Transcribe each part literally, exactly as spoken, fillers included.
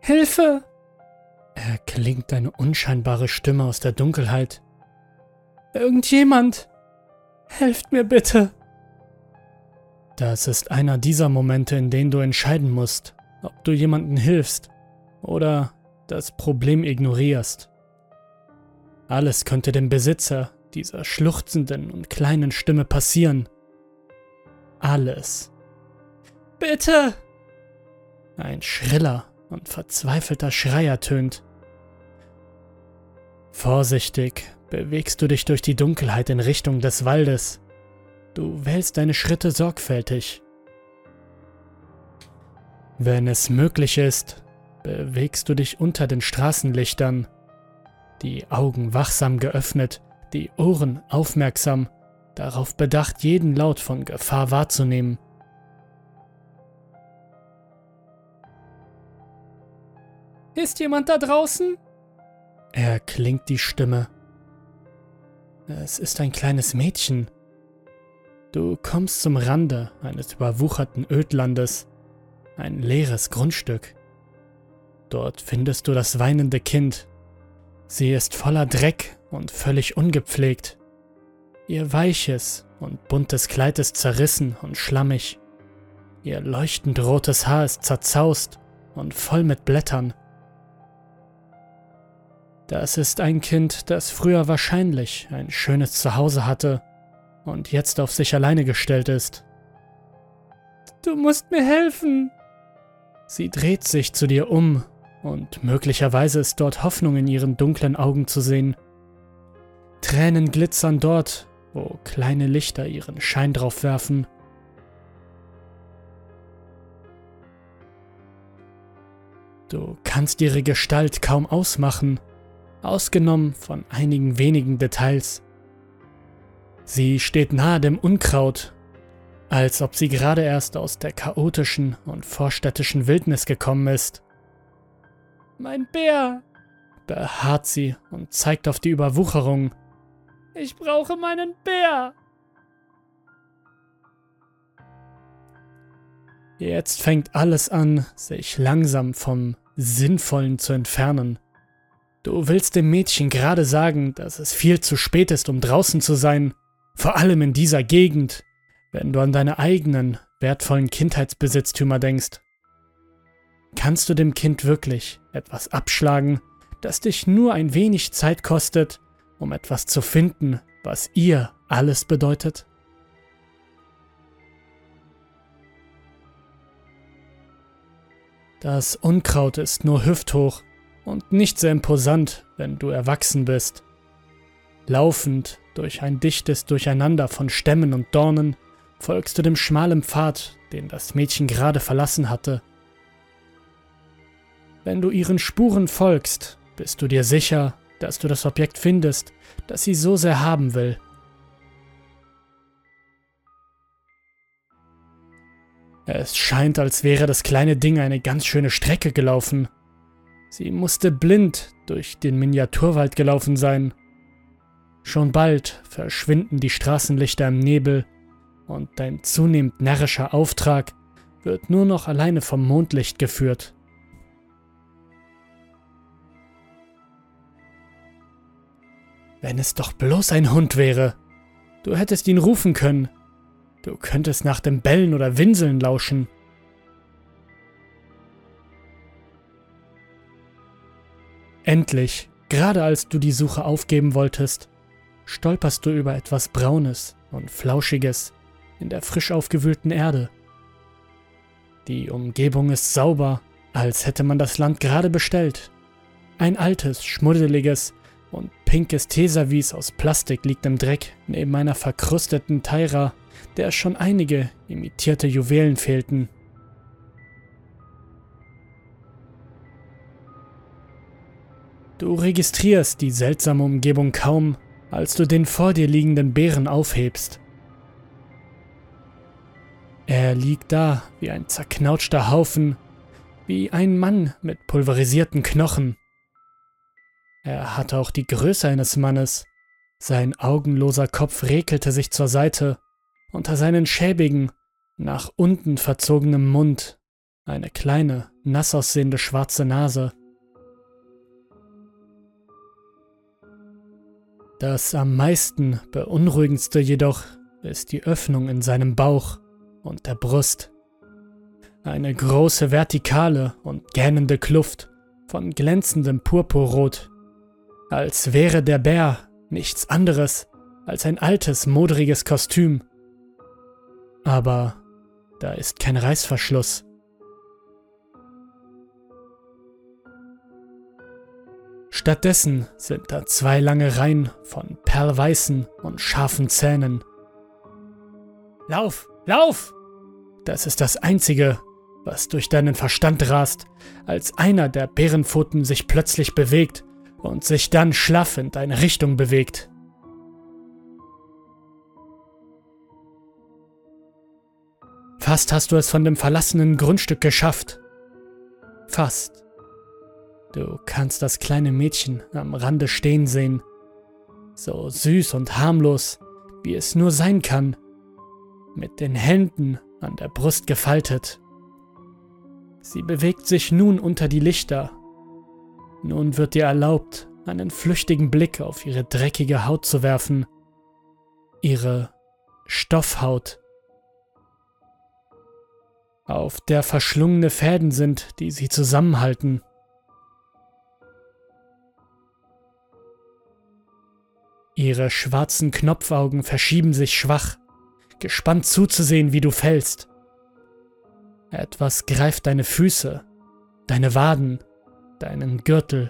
Hilfe! Erklingt eine unscheinbare Stimme aus der Dunkelheit. Irgendjemand! Helft mir bitte! Das ist einer dieser Momente, in denen du entscheiden musst, ob du jemandem hilfst oder das Problem ignorierst. Alles könnte dem Besitzer dieser schluchzenden und kleinen Stimme passieren. Alles. Bitte! Ein schriller und verzweifelter Schrei ertönt. Vorsichtig bewegst du dich durch die Dunkelheit in Richtung des Waldes. Du wählst deine Schritte sorgfältig. Wenn es möglich ist, bewegst du dich unter den Straßenlichtern, die Augen wachsam geöffnet, die Ohren aufmerksam, darauf bedacht, jeden Laut von Gefahr wahrzunehmen. Ist jemand da draußen? Erklingt die Stimme. Es ist ein kleines Mädchen. Du kommst zum Rande eines überwucherten Ödlandes, ein leeres Grundstück. Dort findest du das weinende Kind. Sie ist voller Dreck und völlig ungepflegt. Ihr weiches und buntes Kleid ist zerrissen und schlammig. Ihr leuchtend rotes Haar ist zerzaust und voll mit Blättern. Das ist ein Kind, das früher wahrscheinlich ein schönes Zuhause hatte und jetzt auf sich alleine gestellt ist. Du musst mir helfen! Sie dreht sich zu dir um und möglicherweise ist dort Hoffnung in ihren dunklen Augen zu sehen. Tränen glitzern dort, wo kleine Lichter ihren Schein drauf werfen. Du kannst ihre Gestalt kaum ausmachen, ausgenommen von einigen wenigen Details. Sie steht nahe dem Unkraut, als ob sie gerade erst aus der chaotischen und vorstädtischen Wildnis gekommen ist. »Mein Bär«, beharrt sie und zeigt auf die Überwucherung. »Ich brauche meinen Bär!« Jetzt fängt alles an, sich langsam vom Sinnvollen zu entfernen. Du willst dem Mädchen gerade sagen, dass es viel zu spät ist, um draußen zu sein, vor allem in dieser Gegend, wenn du an deine eigenen, wertvollen Kindheitsbesitztümer denkst. Kannst du dem Kind wirklich etwas abschlagen, das dich nur ein wenig Zeit kostet, um etwas zu finden, was ihr alles bedeutet? Das Unkraut ist nur hüfthoch und nicht sehr imposant, wenn du erwachsen bist. Laufend durch ein dichtes Durcheinander von Stämmen und Dornen folgst du dem schmalen Pfad, den das Mädchen gerade verlassen hatte. Wenn du ihren Spuren folgst, bist du dir sicher, dass du das Objekt findest, das sie so sehr haben will. Es scheint, als wäre das kleine Ding eine ganz schöne Strecke gelaufen. Sie musste blind durch den Miniaturwald gelaufen sein. Schon bald verschwinden die Straßenlichter im Nebel und dein zunehmend närrischer Auftrag wird nur noch alleine vom Mondlicht geführt. Wenn es doch bloß ein Hund wäre! Du hättest ihn rufen können. Du könntest nach dem Bellen oder Winseln lauschen. Endlich, gerade als du die Suche aufgeben wolltest, stolperst du über etwas Braunes und Flauschiges in der frisch aufgewühlten Erde. Die Umgebung ist sauber, als hätte man das Land gerade bestellt. Ein altes, schmuddeliges und pinkes Teeservice aus Plastik liegt im Dreck neben einer verkrusteten Taira, der schon einige imitierte Juwelen fehlten. Du registrierst die seltsame Umgebung kaum, als du den vor dir liegenden Bären aufhebst. Er liegt da wie ein zerknautschter Haufen, wie ein Mann mit pulverisierten Knochen. Er hatte auch die Größe eines Mannes. Sein augenloser Kopf rekelte sich zur Seite, unter seinen schäbigen, nach unten verzogenen Mund eine kleine, nass aussehende schwarze Nase. Das am meisten beunruhigendste jedoch ist die Öffnung in seinem Bauch und der Brust. Eine große vertikale und gähnende Kluft von glänzendem Purpurrot, als wäre der Bär nichts anderes als ein altes, modriges Kostüm. Aber da ist kein Reißverschluss. Stattdessen sind da zwei lange Reihen von perlweißen und scharfen Zähnen. Lauf, lauf! Das ist das Einzige, was durch deinen Verstand rast, als einer der Bärenpfoten sich plötzlich bewegt und sich dann schlaff in deine Richtung bewegt. Fast hast du es von dem verlassenen Grundstück geschafft. Fast. Du kannst das kleine Mädchen am Rande stehen sehen, so süß und harmlos, wie es nur sein kann, mit den Händen an der Brust gefaltet. Sie bewegt sich nun unter die Lichter. Nun wird dir erlaubt, einen flüchtigen Blick auf ihre dreckige Haut zu werfen, ihre Stoffhaut, auf der verschlungene Fäden sind, die sie zusammenhalten. Ihre schwarzen Knopfaugen verschieben sich schwach, gespannt zuzusehen, wie du fällst. Etwas greift deine Füße, deine Waden, deinen Gürtel.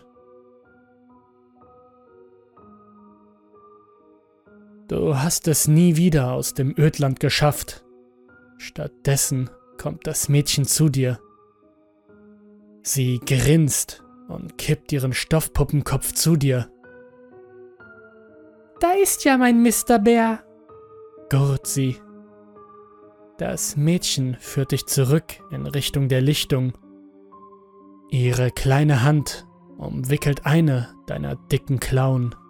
Du hast es nie wieder aus dem Ödland geschafft. Stattdessen kommt das Mädchen zu dir. Sie grinst und kippt ihren Stoffpuppenkopf zu dir. Da ist ja mein Mister Bär, gurrt sie. Das Mädchen führt dich zurück in Richtung der Lichtung. Ihre kleine Hand umwickelt eine deiner dicken Klauen.